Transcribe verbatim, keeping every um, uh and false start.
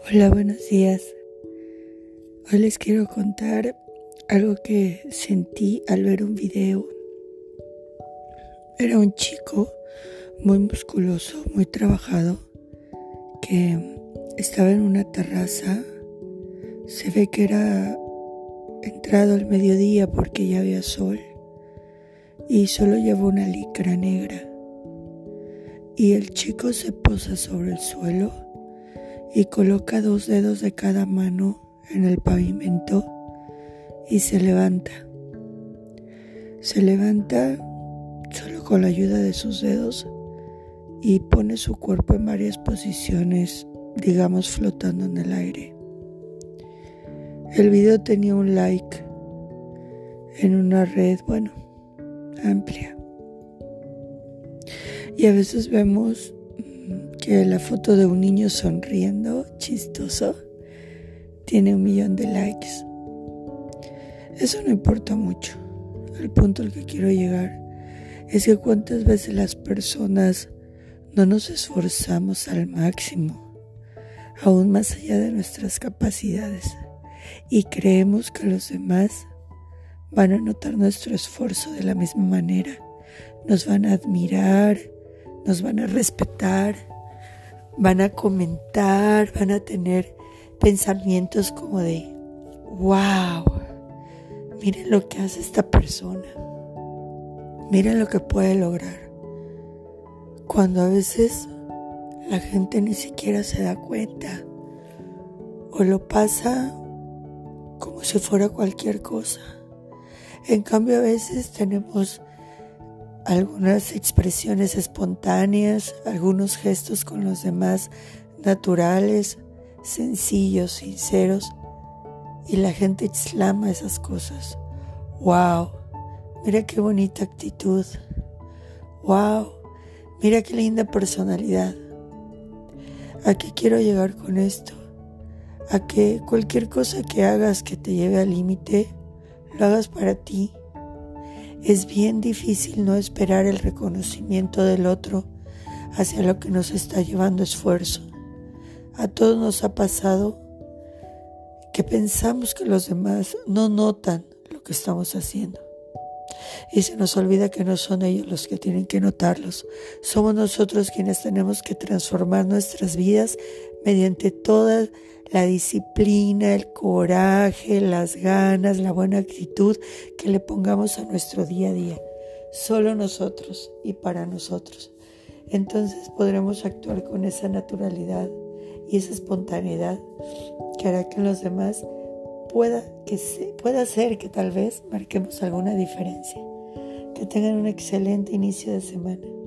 Hola, buenos días. Hoy les quiero contar algo que sentí al ver un video. Era un chico muy musculoso, muy trabajado, que estaba en una terraza. Se ve que era entrado el mediodía porque ya había sol y solo llevó una licra negra. Y el chico se posa sobre el suelo y coloca dos dedos de cada mano en el pavimento y se levanta. Se levanta solo con la ayuda de sus dedos y pone su cuerpo en varias posiciones, digamos flotando en el aire. El video tenía un like en una red, bueno, amplia. Y a veces vemos que la foto de un niño sonriendo, chistoso, tiene un millón de likes. Eso no importa mucho. El punto al que quiero llegar es que cuántas veces las personas no nos esforzamos al máximo, aún más allá de nuestras capacidades, y creemos que los demás van a notar nuestro esfuerzo de la misma manera, nos van a admirar, nos van a respetar, van a comentar, van a tener pensamientos como de wow, miren lo que hace esta persona, miren lo que puede lograr, cuando a veces la gente ni siquiera se da cuenta o lo pasa como si fuera cualquier cosa. En cambio, a veces tenemos algunas expresiones espontáneas, algunos gestos con los demás naturales, sencillos, sinceros, y la gente exclama esas cosas. ¡Wow! Mira qué bonita actitud. ¡Wow! Mira qué linda personalidad. ¿A qué quiero llegar con esto? A que cualquier cosa que hagas que te lleve al límite, lo hagas para ti. Es bien difícil no esperar el reconocimiento del otro hacia lo que nos está llevando esfuerzo. A todos nos ha pasado que pensamos que los demás no notan lo que estamos haciendo. Y se nos olvida que no son ellos los que tienen que notarlos. Somos nosotros quienes tenemos que transformar nuestras vidas mediante toda la disciplina, el coraje, las ganas, la buena actitud que le pongamos a nuestro día a día. Solo nosotros y para nosotros. Entonces podremos actuar con esa naturalidad y esa espontaneidad que hará que en los demás pueda, que se, pueda ser que tal vez marquemos alguna diferencia. Que tengan un excelente inicio de semana.